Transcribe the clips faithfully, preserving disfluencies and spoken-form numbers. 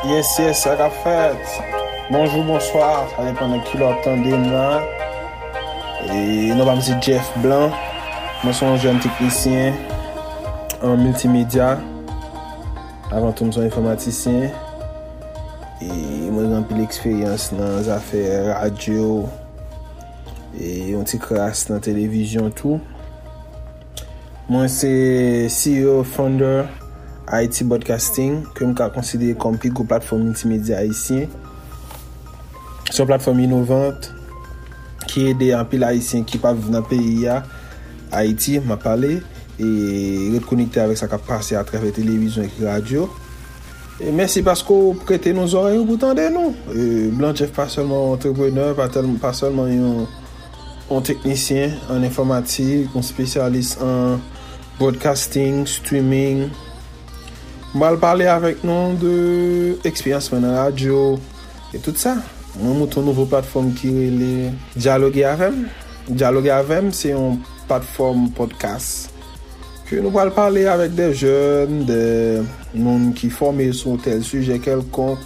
Yes, yes, ça a fait. Bonjour, bonsoir, ça dépend de qui l'entendez là. Et nous allons c'est Jeff Blanc. Moi, je suis un jeune technicien en multimédia. Avant tout, je suis informaticien. Et moi, j'ai un peu d'expérience dans les affaires radio et un petit classe dans la télévision tout. Moi, c'est C E O, founder I T Broadcasting, que je considère comme plus grande plateforme multimédia haïtien. C'est une plateforme innovante qui aide un peu les Haïtiens qui peuvent venir dans le pays à Haïti, m'a parlé, et reconnecter avec ça qui passe à travers la télévision et la radio. Et merci parce que vous prêtez nos oreilles pour entendre nous. Euh, Blanc Jeff pas seulement entrepreneur, pas, tel, pas seulement un, un technicien en informatique, un spécialiste en broadcasting, streaming. On va parler avec nous de expérience dans la radio et tout ça. On monte une nouvelle plateforme qui est le Dialoguer avec. Dialoguer avec, c'est une plateforme podcast que nous allons parler avec des jeunes, des gens qui forment sur tel sujet quelconque.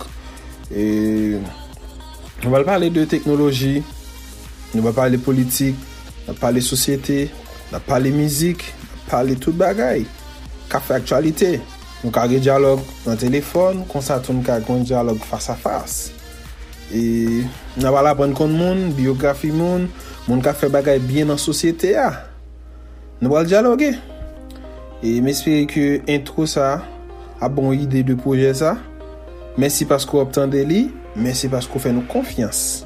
Et on va parler de technologie, on va parler politique, on va parler société, on va parler musique, on va parler tout bagaille, café actualité. On a un dialogue dans le téléphone, comme ça, on a un dialogue face à face. Et on va apprendre contre le monde, biographie du monde, on a fait des choses bien dans la société. Nous allons dialoguer. Et j'espère que l'intro ça a bonne idée de projet ça. Merci parce qu'on obtient des lits, merci parce qu'on fait nous confiance.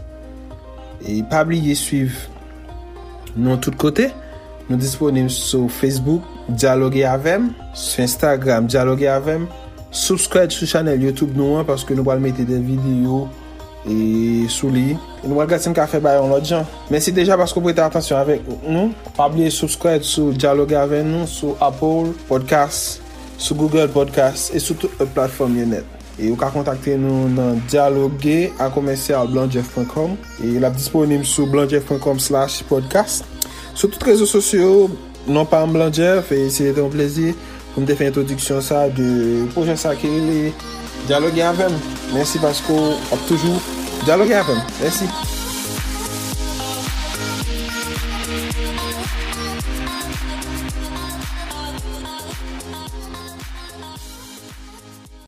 Et pas oublier de suivre nous de tous côtés. Nous disponibles sur Facebook, Dialoguer avec, sur Instagram, Dialoguer avec. Subscribe sur la chaîne YouTube nous parce que nous allons mettre des vidéos et sous lui. Nous allons regarder un café by on l'autre gens. Merci déjà parce que vous prêtez attention avec nous. Pas oublier de subscribe sur Dialoguer avec nous sur Apple Podcast, sur Google Podcast et sur toute les plateforme net. Et vous pouvez contacter nous dans dialoguer à commercial blanc jeff point com et il est disponible sur blanc jeff point com slash podcast. Sur tous les réseaux sociaux, non pas en Blanc Jeff, et c'est un plaisir pour me faire une introduction ça de projet ça qui est Dialoguer avec. Merci parce qu'on a toujours dialogué avec. Merci.